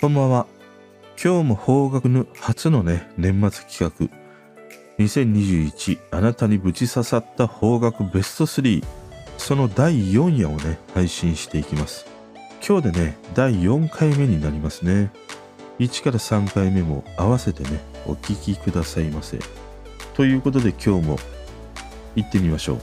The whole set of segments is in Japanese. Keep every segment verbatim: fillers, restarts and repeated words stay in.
こんばんは。今日も邦楽の初のね、年末企画。にせんにじゅういちあなたにぶち刺さった邦楽ベストスリー。そのだいよん夜をね、配信していきます。今日でね、だいよんかいめになりますね。いちからさんかいめも合わせてね、お聞きくださいませ。ということで今日も行ってみましょう。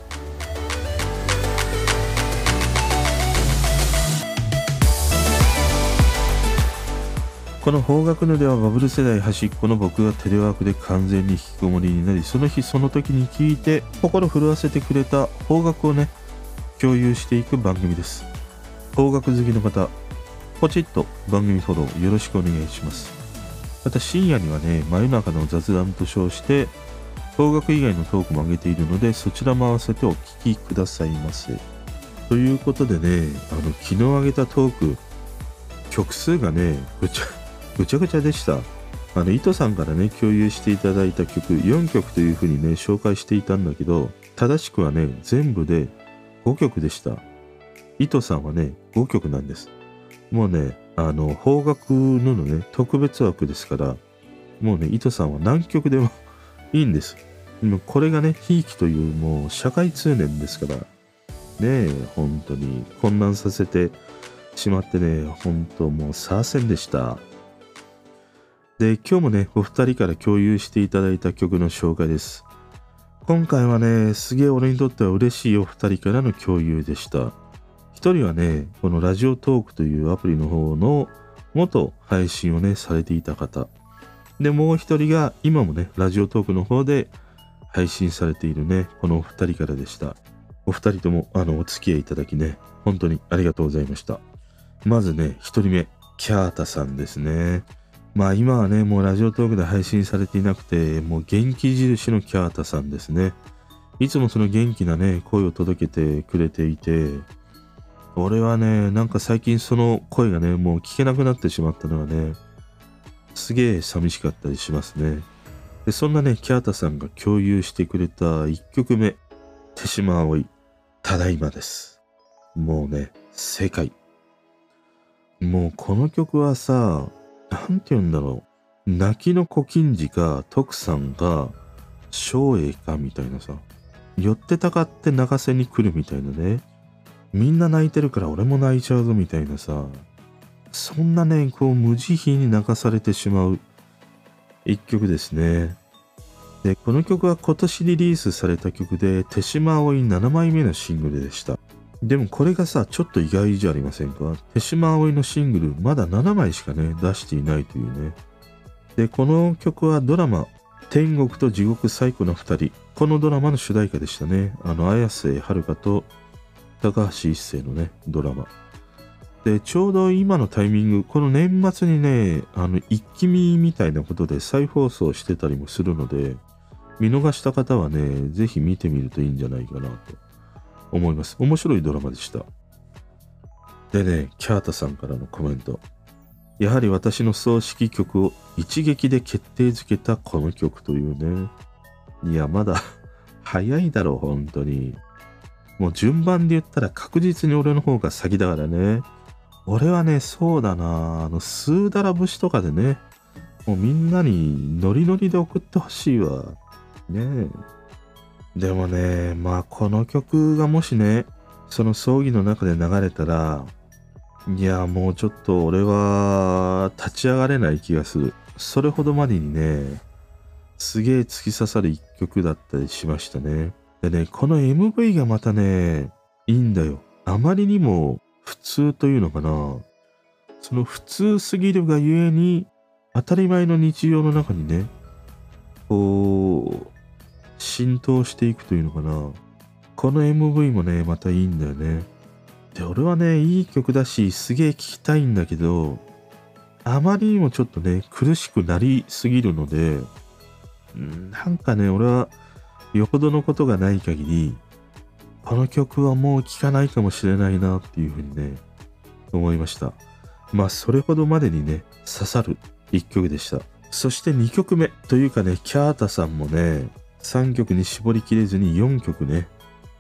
この邦楽のではバブル世代端っこの僕がテレワークで完全に引きこもりになり、その日その時に聞いて心震わせてくれた邦楽をね、共有していく番組です。邦楽好きの方、ポチッと番組フォローよろしくお願いします。また深夜にはね、真夜中の雑談と称して邦楽以外のトークも上げているので、そちらも合わせてお聞きくださいませ。ということでね、あの昨日上げたトーク、曲数がね、ぐちゃぐちゃぐちゃでした。あの、糸さんからね、共有していただいた曲、よんきょくというふうにね、紹介していたんだけど、正しくはね、全部でごきょくでした。糸さんはね、ごきょくなんです。もうね、あの、邦楽ののね、特別枠ですから、もうね、糸さんは何曲でもいいんです。もうこれがね、ひいきという、もう社会通念ですから、ねえ、本当に混乱させてしまってね、本当もうサーセンでした。で、今日もね、お二人から共有していただいた曲の紹介です。今回はね、すげえ俺にとっては嬉しいお二人からの共有でした。一人はね、このラジオトークというアプリの方の元配信をね、されていた方。で、もう一人が今もね、ラジオトークの方で配信されているね、このお二人からでした。お二人ともあの、お付き合いいただきね、本当にありがとうございました。まずね、一人目、キャータさんですね。まあ今はね、もうラジオトークで配信されていなくて、もう元気印のキャータさんですね。いつもその元気なね、声を届けてくれていて、俺はね、なんか最近その声がね、もう聞けなくなってしまったのはね、すげえ寂しかったりしますね。で、そんなね、キャータさんが共有してくれたいっきょくめ、手島葵、ただいまです。もうね、世界。もうこの曲はさ、なんて言うんだろう。泣きの小金治か徳さんが照英かみたいなさ。寄ってたかって泣かせに来るみたいなね。みんな泣いてるから俺も泣いちゃうぞみたいなさ。そんなね、こう無慈悲に泣かされてしまう一曲ですね。で、この曲は今年リリースされた曲で、手島葵ななまいめのシングルでした。でもこれがさ、ちょっと意外じゃありませんか？手島葵のシングル、まだななまいしかね、出していないというね。で、この曲はドラマ、天国と地獄最古の二人。このドラマの主題歌でしたね。あの、綾瀬はるかと高橋一生のね、ドラマ。で、ちょうど今のタイミング、この年末にね、あの、一気見みたいなことで再放送してたりもするので、見逃した方はね、ぜひ見てみるといいんじゃないかなと思います。面白いドラマでした。でね、キャータさんからのコメント。やはり私の葬式曲を一撃で決定づけたこの曲というね。いや、まだ早いだろう、本当に。もう順番で言ったら確実に俺の方が先だからね。俺はね、そうだな、あの、スーダラ節とかでね、もうみんなにノリノリで送ってほしいわ。ねえ。でもね、まあこの曲がもしね、その葬儀の中で流れたら、いやもうちょっと俺は立ち上がれない気がする。それほどまでにね、すげえ突き刺さる一曲だったりしましたね。でね、この エムブイ がまたね、いいんだよ。あまりにも普通というのかな。その普通すぎるがゆえに、当たり前の日常の中にね、こう、浸透していくというのかな。この エムブイ もね、またいいんだよね。で、俺はね、いい曲だし、すげえ聴きたいんだけど、あまりにもちょっとね、苦しくなりすぎるので、んなんかね、俺は、よほどのことがない限り、この曲はもう聴かないかもしれないなっていうふうにね、思いました。まあ、それほどまでにね、刺さる一曲でした。そしてにきょくめというかね、キャータさんもね、さんきょくに絞りきれずによんきょくね、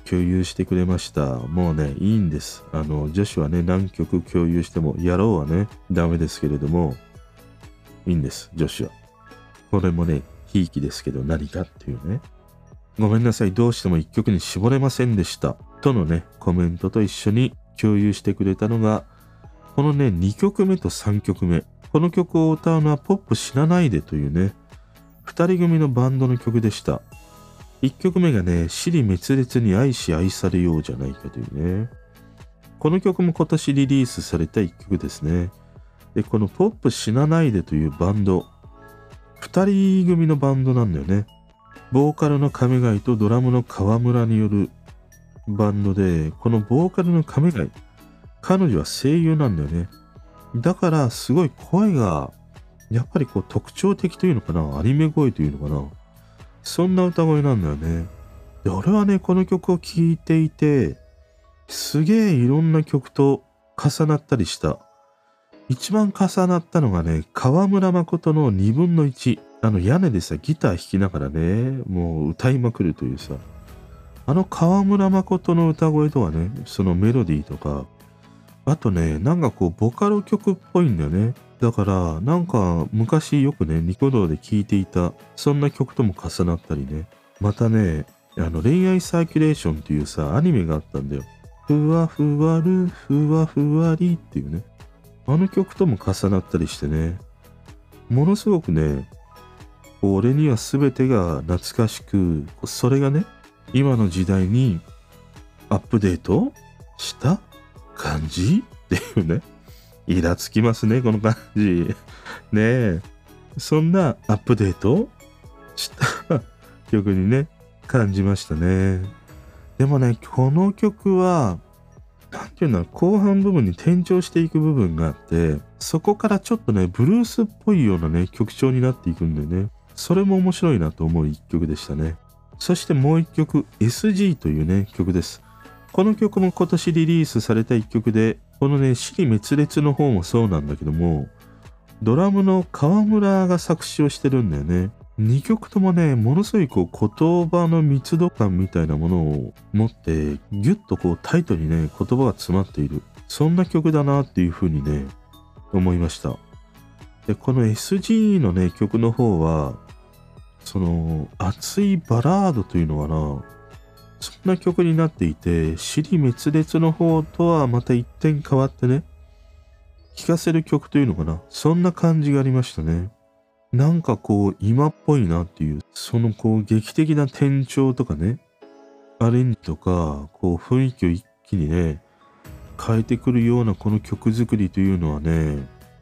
共有してくれました。もうね、いいんです。あの、女子はね、何曲共有しても、やろうはね、ダメですけれども、いいんです、女子は。これもね、ひいきですけど、何かっていうね。ごめんなさい、どうしても一曲に絞れませんでした。とのね、コメントと一緒に共有してくれたのが、このね、にきょくめとさんきょくめ。この曲を歌うのはポップ死なないでというね、ふたり組のバンドの曲でした。いっきょくめがね、支離滅裂に愛し愛されようじゃないかというね。この曲も今年リリースされたいっきょくですね。で、このポップ死なないでというバンド、ふたり組のバンドなんだよね。ボーカルの亀貝とドラムの川村によるバンドで、このボーカルの亀貝、彼女は声優なんだよね。だからすごい声が、やっぱりこう特徴的というのかな、アニメ声というのかな。そんな歌声なんだよね。で、俺はね、この曲を聴いていて、すげえいろんな曲と重なったりした。一番重なったのがね、川村誠のにぶんのいち。あの屋根でさ、ギター弾きながらね、もう歌いまくるというさ、あの川村誠の歌声とはね、そのメロディーとか、あとね、なんかこう、ボカロ曲っぽいんだよね。だから、なんか昔よくね、ニコ動で聴いていた、そんな曲とも重なったりね。またね、あの恋愛サーキュレーションっていうさ、アニメがあったんだよ。ふわふわる、ふわふわりっていうね。あの曲とも重なったりしてね。ものすごくね、俺には全てが懐かしく、それがね、今の時代にアップデートした感じっていうね。イラつきますね、この感じ。ねえ。そんなアップデートした曲にね、感じましたね。でもね、この曲は、なんていうんだろう、後半部分に転調していく部分があって、そこからちょっとね、ブルースっぽいようなね、曲調になっていくんでね。それも面白いなと思う一曲でしたね。そしてもう一曲、エスジー というね、曲です。この曲も今年リリースされた一曲で、このね、支離滅裂の方もそうなんだけども、ドラムの川村が作詞をしてるんだよね。にきょくともね、ものすごいこう言葉の密度感みたいなものを持って、ギュッとこうタイトにね、言葉が詰まっている。そんな曲だなっていう風にね、思いました。で、この エスジー のね、曲の方は、その熱いバラードというのかな、そんな曲になっていて、支離滅裂の方とはまた一点変わってね、聴かせる曲というのかな、そんな感じがありましたね。なんかこう今っぽいなっていう、そのこう劇的な転調とかね、アレンジとか、こう雰囲気を一気にね、変えてくるようなこの曲作りというのはね、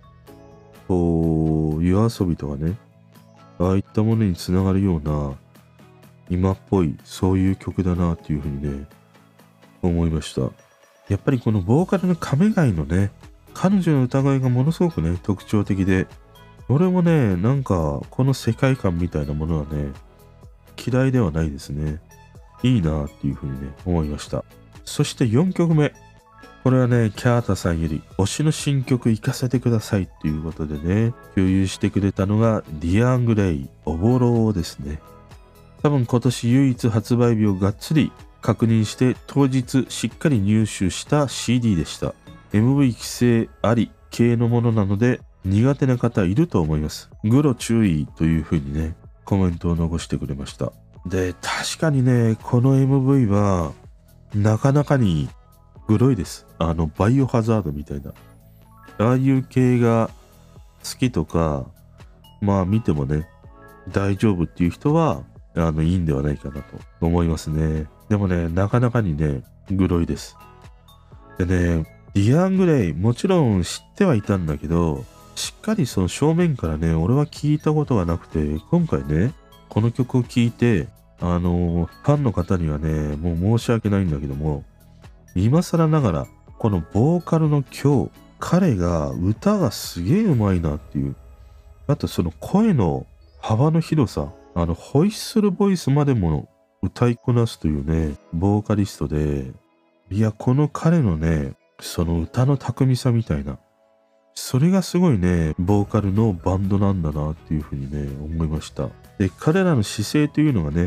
こう夜遊びとかね、ああいったものにつながるような今っぽいそういう曲だなっていうふうにね、思いました。やっぱりこのボーカルの亀貝のね、彼女の歌声がものすごくね、特徴的で、俺もね、なんかこの世界観みたいなものはね、嫌いではないですね。いいなっていうふうにね、思いました。そしてよんきょくめ。これはね、キャータさんより推しの新曲聴かせてくださいっていうことでね、共有してくれたのがディアングレイ、おぼろですね。多分今年唯一発売日をがっつり確認して当日しっかり入手した シーディー でした。エムブイ 規制あり系のものなので苦手な方いると思います。グロ注意というふうにね、コメントを残してくれました。で、確かにね、この エムブイ はなかなかにグロいです。あの、バイオハザードみたいな。ああいう系が好きとか、まあ見てもね、大丈夫っていう人は、あの、いいんではないかなと思いますね。でもね、なかなかにね、グロいです。でね、ディアングレイ、もちろん知ってはいたんだけど、しっかりその正面からね、俺は聞いたことがなくて、今回ね、この曲を聴いて、あの、ファンの方にはね、もう申し訳ないんだけども、今更ながら、このボーカルの今日、彼が歌がすげえうまいなっていう。あとその声の幅の広さ、あの、ホイッスルボイスまでも歌いこなすというね、ボーカリストで、いや、この彼のね、その歌の巧みさみたいな、それがすごいね、ボーカルのバンドなんだなっていうふうにね、思いました。で、彼らの姿勢というのがね、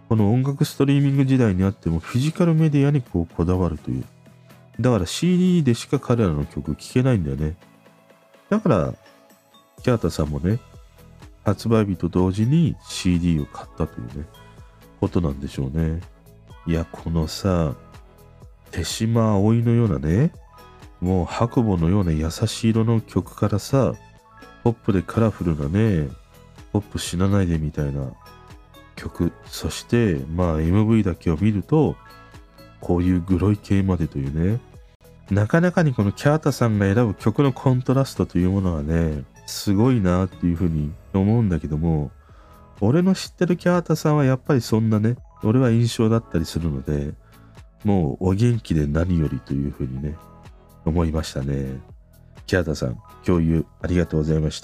この音楽ストリーミング時代にあってもフィジカルメディアにこうこだわるという。だから シーディー でしか彼らの曲聴けないんだよね。だからキャータさんもね、発売日と同時に シーディー を買ったというね、ことなんでしょうね。いや、このさ、手島葵のようなね、もう白母のような優しい色の曲からさ、ポップでカラフルなね、ポップ死なないでみたいな曲、そしてまあ エムブイ だけを見ると、こういうグロい系までというね、なかなかにこのキャータさんが選ぶ曲のコントラストというものはね、すごいなっていうふうに思うんだけども、俺の知ってるキャータさんはやっぱりそんなね、俺は印象だったりするので、もうお元気で何よりというふうにね、思いましたね。キャータさん、共有ありがとうございました。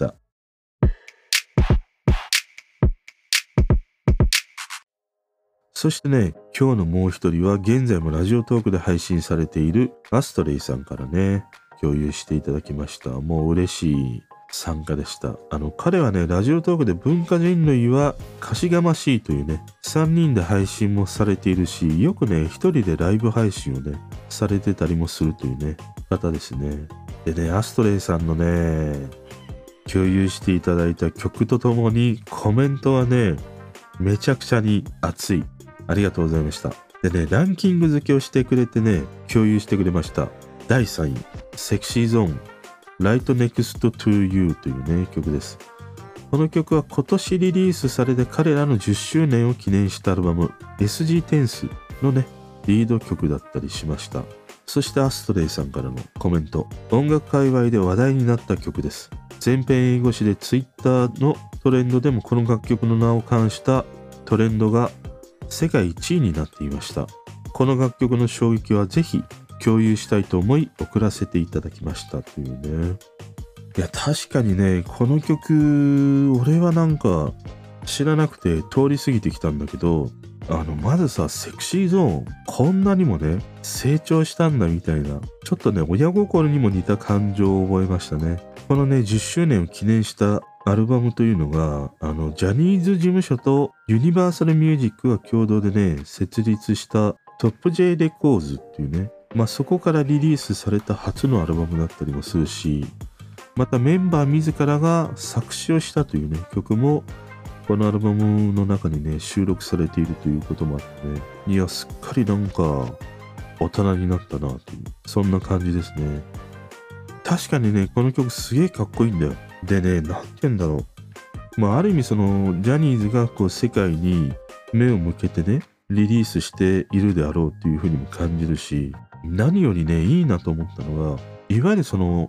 そしてね、今日のもう一人は現在もラジオトークで配信されているアストレイさんからね、共有していただきました。もう嬉しい参加でした。あの、彼はね、ラジオトークで文化人類はかしがましいというね、さんにんで配信もされているし、よくね、ひとりでライブ配信をね、されてたりもするというね、方ですね。でね、アストレイさんのね、共有していただいた曲とともにコメントはね、めちゃくちゃに熱い。ありがとうございました。でね、ランキング付けをしてくれてね、共有してくれました。だいさんい、セクシーゾーン、Right Next to You というね、曲です。この曲は今年リリースされて彼らのじゅっしゅうねんを記念したアルバム エスジー テンスのね、リード曲だったりしました。そしてアストレイさんからのコメント。音楽界隈で話題になった曲です。全編英語詞で Twitter のトレンドでもこの楽曲の名を冠したトレンドが世界いちいになっていました。この楽曲の衝撃はぜひ共有したいと思い送らせていただきましたというね。いや確かにね、この曲俺はなんか知らなくて通り過ぎてきたんだけど、あのまずさ、セクシーゾーンこんなにもね成長したんだみたいな、ちょっとね親心にも似た感情を覚えましたね。このねじゅっしゅうねんを記念したアルバムというのが、あのジャニーズ事務所とユニバーサルミュージックが共同でね設立したトップ J レコーズっていうね、まあそこからリリースされた初のアルバムだったりもするし、またメンバー自らが作詞をしたというね曲もこのアルバムの中にね収録されているということもあってね、いやすっかりなんか大人になったなという、そんな感じですね。確かにねこの曲すげえかっこいいんだよ。でね、なんて言うんだろう、まあある意味そのジャニーズがこう世界に目を向けてねリリースしているであろうっていう風にも感じるし、何よりねいいなと思ったのが、いわゆるその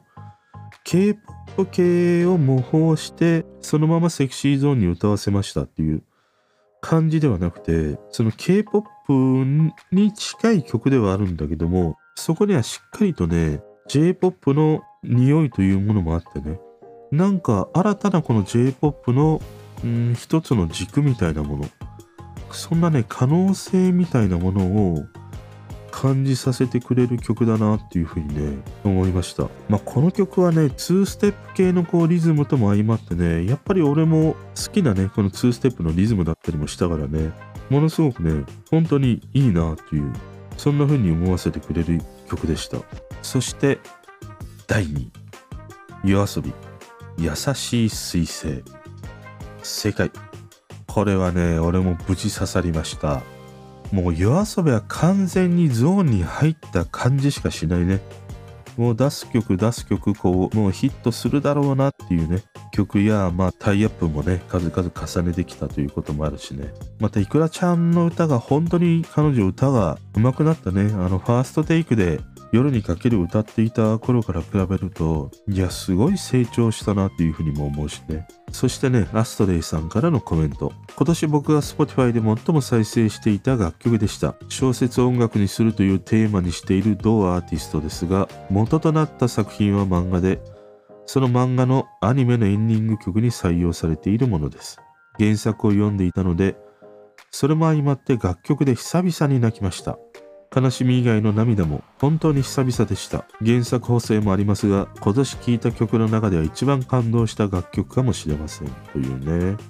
K-ポップ 系を模倣してそのままセクシーゾーンに歌わせましたっていう感じではなくて、その K-ポップ に近い曲ではあるんだけども、そこにはしっかりとね J-ポップ の匂いというものもあってね、なんか新たなこの J-ポップ のん一つの軸みたいなもの、そんなね可能性みたいなものを感じさせてくれる曲だなっていうふうにね思いました。まあこの曲はねツーステップ系のこうリズムとも相まってね、やっぱり俺も好きなねこのツーステップのリズムだったりもしたからね、ものすごくね本当にいいなっていう、そんな風に思わせてくれる曲でした。そしてだいにい、YOASOBI優しい彗星正解。これはね俺も無事刺さりました。もうYOASOBIは完全にゾーンに入った感じしかしないね。もう出す曲出す曲こうもうヒットするだろうなっていうね曲や、まあタイアップもね数々重ねてきたということもあるしね、またいくらちゃんの歌が本当に彼女歌が上手くなったね。あのファーストテイクで夜にかける歌っていた頃から比べると、いやすごい成長したなっていうふうにも思うしね。そしてねアストレイさんからのコメント。今年僕が Spotify で最も再生していた楽曲でした。小説を音楽にするというテーマにしている同アーティストですが、元となった作品は漫画で、その漫画のアニメのエンディング曲に採用されているものです。原作を読んでいたので、それも相まって楽曲で久々に泣きました。悲しみ以外の涙も本当に久々でした。原作補正もありますが、今年聴いた曲の中では一番感動した楽曲かもしれませんというね。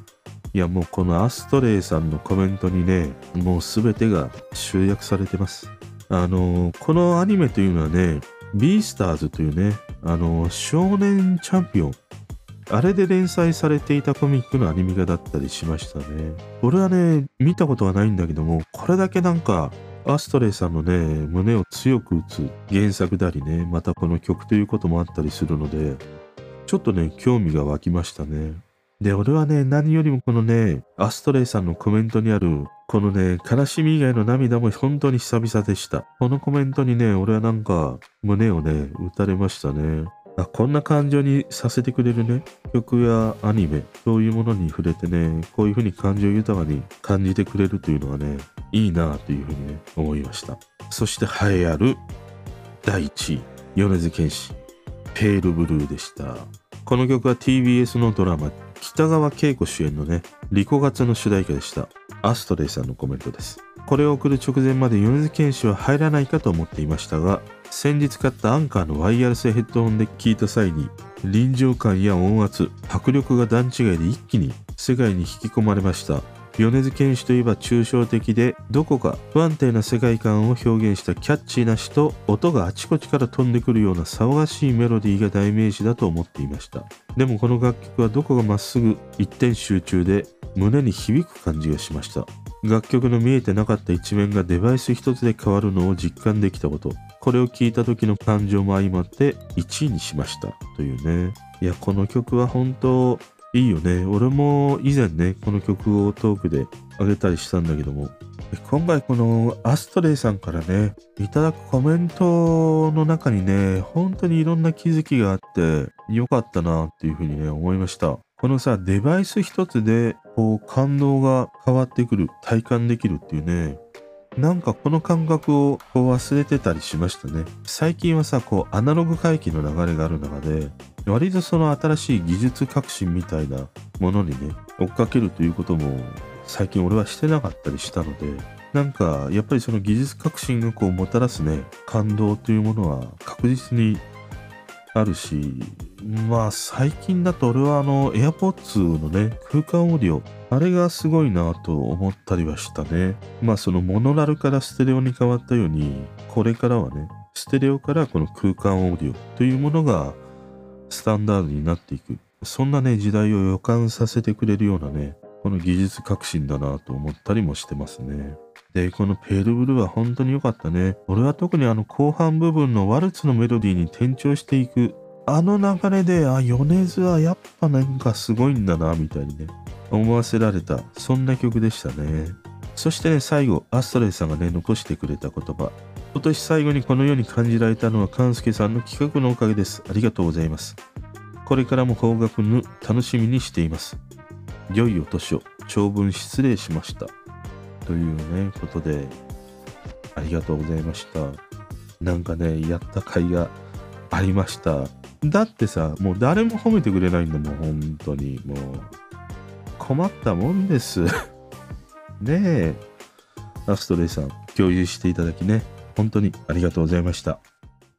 いやもうこのアストレイさんのコメントにね、もう全てが集約されてます。あのーこのアニメというのはね、ビースターズというね、あのー少年チャンピオン、あれで連載されていたコミックのアニメ化だったりしましたね。俺はね、見たことはないんだけども、これだけなんか、アストレイさんのね、胸を強く打つ原作でありね、またこの曲ということもあったりするので、ちょっとね、興味が湧きましたね。で、俺はね、何よりもこのね、アストレイさんのコメントにある、このね、悲しみ以外の涙も本当に久々でした。このコメントにね、俺はなんか、胸をね、打たれましたね。あ、こんな感情にさせてくれるね、曲やアニメ、そういうものに触れてね、こういう風に感情豊かに感じてくれるというのはね、いいなぁという風にね、思いました。そして栄えあるだいいちい、米津玄師、ペールブルーでした。この曲は ティービーエス のドラマ、北川景子主演のね、リコガツの主題歌でした。アストレイさんのコメントです。これを送る直前まで米津玄師は入らないかと思っていましたが、先日買ったアンカーのワイヤレスヘッドホンで聴いた際に、臨場感や音圧、迫力が段違いで一気に世界に引き込まれました。米津玄師といえば抽象的で、どこか不安定な世界観を表現したキャッチーな詩と、音があちこちから飛んでくるような騒がしいメロディーが代名詞だと思っていました。でもこの楽曲はどこがまっすぐ一点集中で、胸に響く感じがしました。楽曲の見えてなかった一面がデバイス一つで変わるのを実感できたこと。これを聞いた時の感情も相まっていちいにしましたというね。いや、この曲は本当いいよね。俺も以前ね、この曲をトークであげたりしたんだけども、今回このアストレイさんからね、いただくコメントの中にね、本当にいろんな気づきがあってよかったなっていうふうにね、思いました。このさ、デバイス一つでこう感動が変わってくる、体感できるっていうね、なんかこの感覚をこう忘れてたりしましたね。最近はさ、こうアナログ回帰の流れがある中で、割とその新しい技術革新みたいなものにね、追っかけるということも最近俺はしてなかったりしたので、なんかやっぱりその技術革新がこうもたらすね、感動というものは確実にあるし、まあ最近だと俺はあの AirPods のね、空間オーディオ、あれがすごいなと思ったりはしたね。まあそのモノラルからステレオに変わったように、これからはね、ステレオからこの空間オーディオというものがスタンダードになっていく。そんなね、時代を予感させてくれるようなね、この技術革新だなと思ったりもしてますね。で、このペールブルーは本当に良かったね。俺は特にあの後半部分のワルツのメロディーに転調していく。あの流れで、あ、米津はやっぱなんかすごいんだな、みたいにね、思わせられた、そんな曲でしたね。そしてね、最後、アストレイさんがね、残してくれた言葉。今年最後にこのように感じられたのは、勘介さんの企画のおかげです。ありがとうございます。これからも邦楽ぬ楽しみにしています。良いお年を、長文失礼しました。というね、ことで、ありがとうございました。なんかね、やった甲斐がありました。だってさ、もう誰も褒めてくれないんだもん、本当に。もう、困ったもんです。ねえ。アストレイさん、共有していただきね、本当にありがとうございました。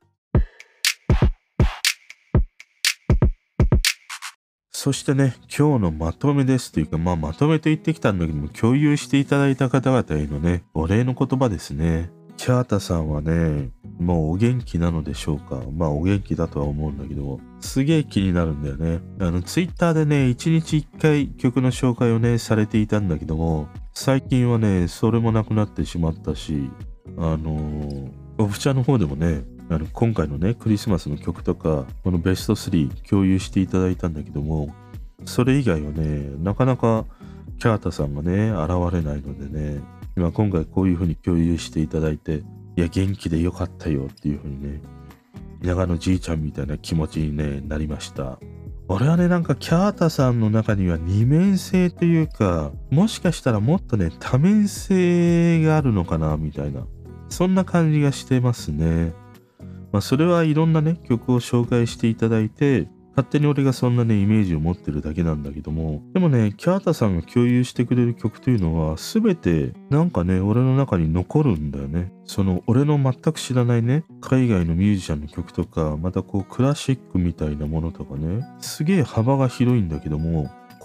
そしてね、今日のまとめですというか、まあまとめて言ってきたんだけども、共有していただいた方々へのね、お礼の言葉ですね。キャータさんはね、もうお元気なのでしょうか。まあお元気だとは思うんだけども、すげえ気になるんだよね。あの、ツイッターでね、一日一回曲の紹介をね、されていたんだけども、最近はね、それもなくなってしまったし、あのー、オフチャの方でもね、あの今回のね、クリスマスの曲とか、このベストスリー共有していただいたんだけども、それ以外はね、なかなかキャータさんがね、現れないのでね、今今回こういう風に共有していただいて、いや、元気でよかったよっていう風にね、長野じいちゃんみたいな気持ちに、ね、なりました。俺はね、なんかキャータさんの中には二面性というか、もしかしたらもっとね、多面性があるのかな、みたいな。そんな感じがしてますね。まあそれはいろんなね、曲を紹介していただいて、勝手に俺がそんなね、イメージを持ってるだけなんだけども、でもね、キャータさんが共有してくれる曲というのは、すべてなんかね、俺の中に残るんだよね。その俺の全く知らないね、海外のミュージシャンの曲とか、またこうクラシックみたいなものとかね、すげえ幅が広いんだけども、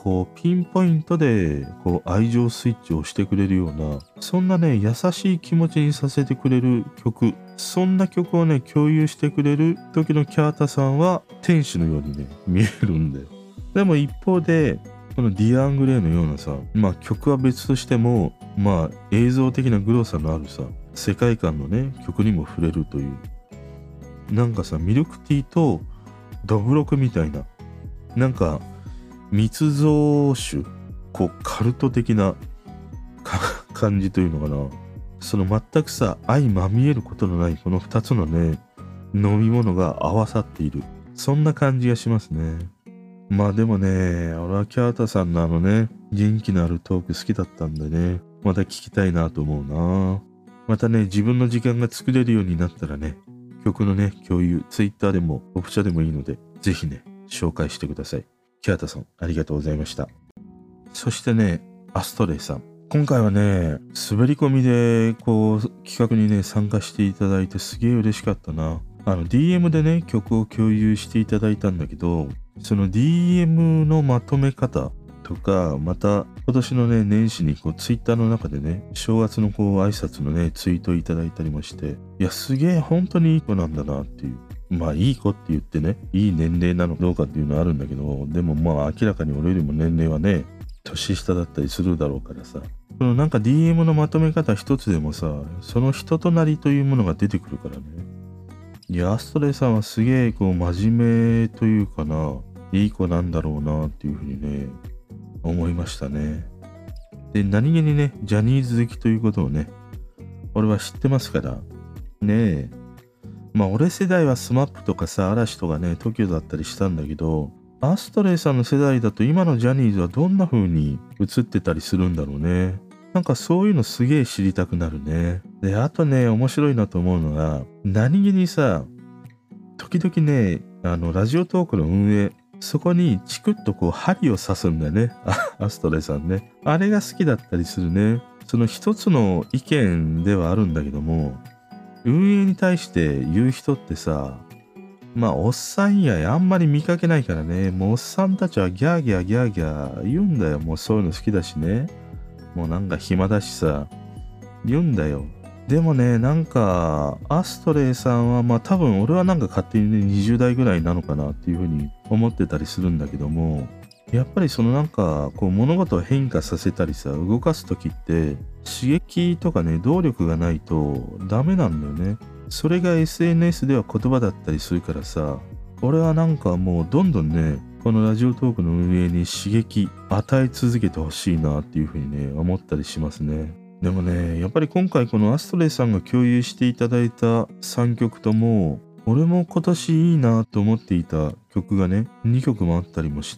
こうピンポイントでこう愛情スイッチを押してくれるような、そんなね優しい気持ちにさせてくれる曲、そんな曲をね共有してくれる時のキャータさんは天使のようにね見えるんだよ。でも一方でこのディアングレイのようなさ、まあ曲は別としても、まあ映像的なグロさのあるさ世界観のね曲にも触れるという、なんかさミルクティーとドブロクみたいな、なんか密造酒、こうカルト的な感じというのかな。その全くさ相まみえることのないこのふたつのね飲み物が合わさっている、そんな感じがしますね。まあでもね、俺はキャータさんのあのね元気のあるトーク好きだったんでね、また聞きたいなと思うな。またね自分の時間が作れるようになったらね、曲のね共有、ツイッターでもオプチャでもいいのでぜひね紹介してください。キャータさんありがとうございました。そしてねアストレイさん、今回はね滑り込みでこう企画にね参加していただいてすげえ嬉しかったな。あの ディーエム でね曲を共有していただいたんだけど、その ディーエム のまとめ方とか、また今年のね年始にこうツイッターの中でね正月のこう挨拶のねツイートをいただいたりもして、いやすげえ本当にいい子なんだなっていう、まあいい子って言ってねいい年齢なのどうかっていうのはあるんだけど、でもまあ明らかに俺よりも年齢はね年下だったりするだろうからさ、このなんか ディーエム のまとめ方一つでもさ、その人となりというものが出てくるからね。いやアストレイさんはすげえこう真面目というかな、いい子なんだろうなっていうふうにね思いましたね。で何気にねジャニーズ好きということをね俺は知ってますからね。えまあ俺世代はスマップとかさ嵐とかね トキオ だったりしたんだけど、アストレイさんの世代だと今のジャニーズはどんな風に映ってたりするんだろうね。なんかそういうのすげえ知りたくなるね。であとね面白いなと思うのが、何気にさ時々ねあのラジオトークの運営、そこにチクッとこう針を刺すんだよねアストレイさんね。あれが好きだったりするね。その一つの意見ではあるんだけども、運営に対して言う人ってさ、まあおっさん以外あんまり見かけないからね。もうおっさんたちはギャーギャーギャーギャー言うんだよ。もうそういうの好きだしね、もうなんか暇だしさ言うんだよ。でもねなんかアストレイさんはまあ多分俺はなんか勝手にねにじゅう代ぐらいなのかなっていうふうに思ってたりするんだけども、やっぱりそのなんかこう物事を変化させたりさ動かす時って刺激とかね動力がないとダメなんだよね。それが エスエヌエス では言葉だったりするからさ、俺はなんかもうどんどんねこのラジオトークの運営に刺激与え続けてほしいなっていうふうにね思ったりしますね。でもねやっぱり今回このアストレイさんが共有していただいたさんきょくとも俺も今年いいなと思っていた曲がねにきょくもあったりもして、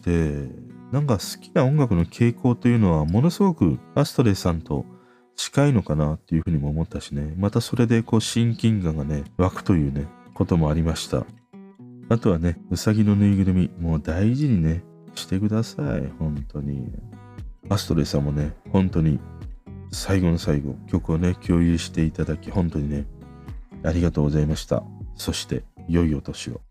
なんか好きな音楽の傾向というのはものすごくアストレイさんと近いのかなっていうふうにも思ったしね、またそれでこう親近感がね湧くというねこともありました。あとはねうさぎのぬいぐるみもう大事にねしてください。本当にアストレイさんもね本当に最後の最後曲をね共有していただき本当にねありがとうございました。そして良いお年を。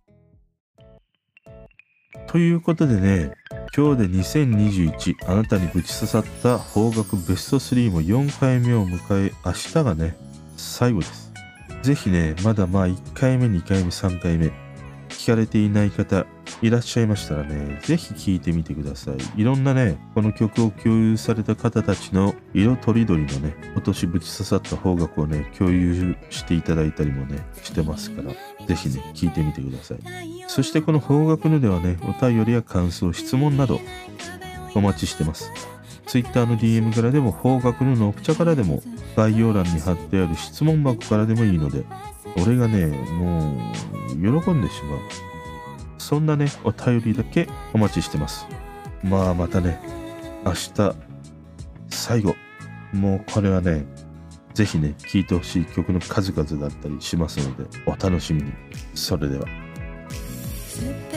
ということでね、今日でにせんにじゅういちあなたにぶち刺さった邦楽ベストスリーもよんかいめを迎え、明日がね最後です。ぜひねまだまあいっかいめにかいめさんかいめ聞かれていない方いらっしゃいましたらね、ぜひ聴いてみてください。いろんなねこの曲を共有された方たちの色とりどりのね今年ぶち刺さった邦楽をね共有していただいたりもねしてますから、ぜひね聴いてみてください。そしてこの邦楽のではねお便りや感想質問などお待ちしてます。 Twitter の ディーエム からでも邦楽ののオプチャからでも概要欄に貼ってある質問箱からでもいいので、俺がねもう喜んでしまうそんなねお便りだけお待ちしてます。まあまたね明日最後もうこれはねぜひね聴いてほしい曲の数々だったりしますのでお楽しみに。それでは。